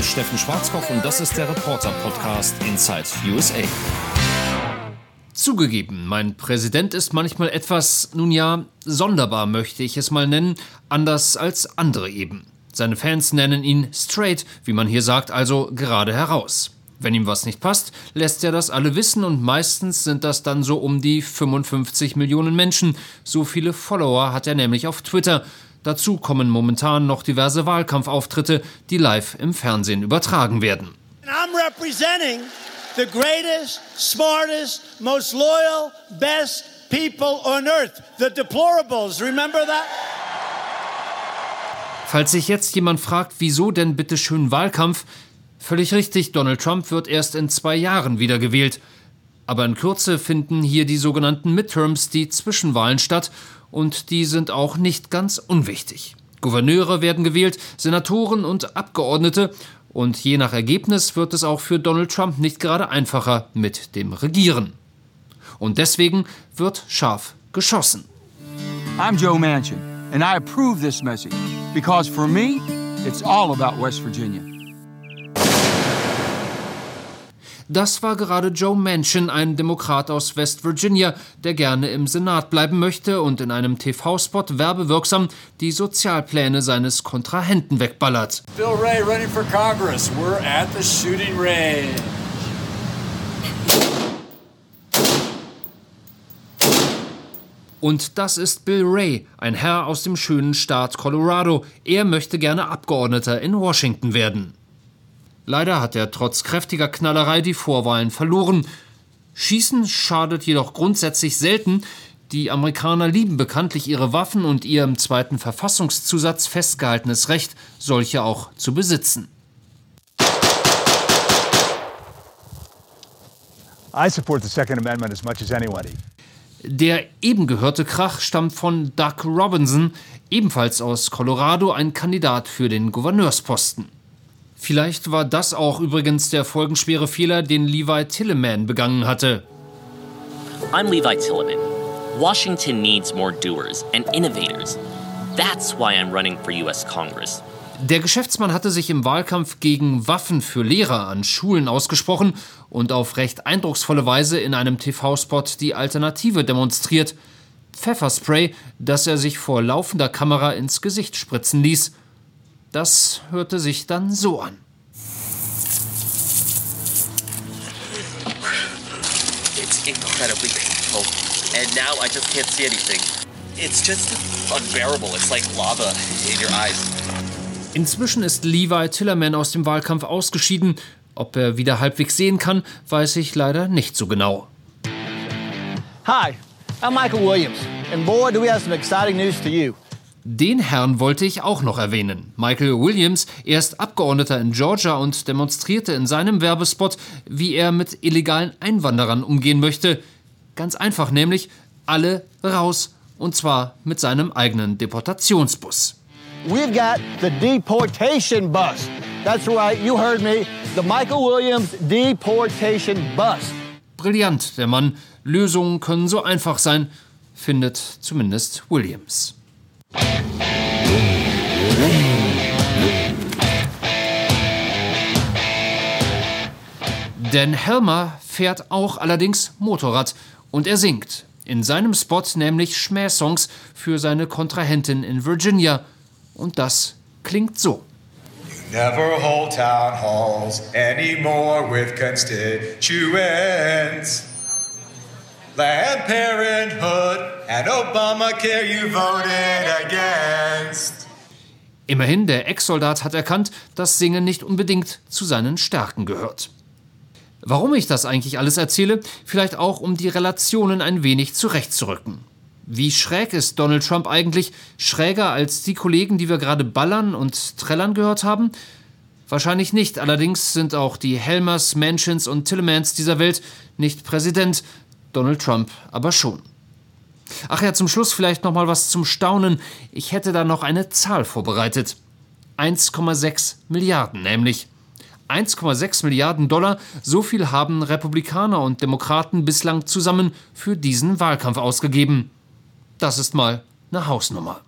ist Steffen Schwarzkopf und das ist der Reporter-Podcast Inside USA. Zugegeben, mein Präsident ist manchmal etwas, sonderbar möchte ich es mal nennen, anders als andere eben. Seine Fans nennen ihn straight, wie man hier sagt, also gerade heraus. Wenn ihm was nicht passt, lässt er das alle wissen und meistens sind das dann so um die 55 Millionen Menschen. So viele Follower hat er nämlich auf Twitter. Dazu kommen momentan noch diverse Wahlkampfauftritte, die live im Fernsehen übertragen werden. I'm representing the greatest, smartest, most loyal, best people on earth. The deplorables, remember that? Falls sich jetzt jemand fragt, wieso denn bitte schön Wahlkampf? Völlig richtig, Donald Trump wird erst in 2 Jahren wiedergewählt. Aber in Kürze finden hier die sogenannten Midterms, die Zwischenwahlen, statt. Und die sind auch nicht ganz unwichtig. Gouverneure werden gewählt, Senatoren und Abgeordnete. Und je nach Ergebnis wird es auch für Donald Trump nicht gerade einfacher mit dem Regieren. Und deswegen wird scharf geschossen. I'm Joe Manchin, and I approve this message, because for me, it's all about West Virginia. Das war gerade Joe Manchin, ein Demokrat aus West Virginia, der gerne im Senat bleiben möchte und in einem TV-Spot werbewirksam die Sozialpläne seines Kontrahenten wegballert. Bill Ray running for Congress. We're at the shooting range. Und das ist Bill Ray, ein Herr aus dem schönen Staat Colorado. Er möchte gerne Abgeordneter in Washington werden. Leider hat er trotz kräftiger Knallerei die Vorwahlen verloren. Schießen schadet jedoch grundsätzlich selten. Die Amerikaner lieben bekanntlich ihre Waffen und ihr im 2. Verfassungszusatz festgehaltenes Recht, solche auch zu besitzen. I support the Second Amendment as much as anybody. Der eben gehörte Krach stammt von Doug Robinson, ebenfalls aus Colorado, ein Kandidat für den Gouverneursposten. Vielleicht war das auch übrigens der folgenschwere Fehler, den Levi Tillemann begangen hatte. I'm Levi Tillemann. Washington needs more doers and innovators. That's why I'm running for US Congress. Der Geschäftsmann hatte sich im Wahlkampf gegen Waffen für Lehrer an Schulen ausgesprochen und auf recht eindrucksvolle Weise in einem TV-Spot die Alternative demonstriert. Pfefferspray, das er sich vor laufender Kamera ins Gesicht spritzen ließ. Das hörte sich dann so an. It's incredibly painful. And now I just can't see anything. It's just unbearable. It's like lava in your eyes. Inzwischen ist Levi Tillemann aus dem Wahlkampf ausgeschieden. Ob er wieder halbwegs sehen kann, weiß ich leider nicht so genau. Hi, I'm Michael Williams. And boy, do we have some exciting news for you. Den Herrn wollte ich auch noch erwähnen. Michael Williams, er ist Abgeordneter in Georgia und demonstrierte in seinem Werbespot, wie er mit illegalen Einwanderern umgehen möchte. Ganz einfach nämlich, alle raus, und zwar mit seinem eigenen Deportationsbus. We've got the deportation bus. That's right, you heard me. The Michael Williams deportation bus. Brillant, der Mann. Lösungen können so einfach sein, findet zumindest Williams. Dan Helmer fährt auch allerdings Motorrad und er singt. In seinem Spot nämlich Schmähsongs für seine Kontrahentin in Virginia. Und das klingt so. You never hold town halls anymore with constituents. Planned Parenthood and Obamacare you voted against. Immerhin, der Ex-Soldat hat erkannt, dass Singen nicht unbedingt zu seinen Stärken gehört. Warum ich das eigentlich alles erzähle? Vielleicht auch, um die Relationen ein wenig zurechtzurücken. Wie schräg ist Donald Trump eigentlich? Schräger als die Kollegen, die wir gerade ballern und trällern gehört haben? Wahrscheinlich nicht. Allerdings sind auch die Helmers, Manchins und Tillemans dieser Welt nicht Präsident. Donald Trump aber schon. Ach ja, zum Schluss vielleicht noch mal was zum Staunen. Ich hätte da noch eine Zahl vorbereitet. 1,6 Milliarden nämlich. 1,6 Milliarden $, so viel haben Republikaner und Demokraten bislang zusammen für diesen Wahlkampf ausgegeben. Das ist mal eine Hausnummer.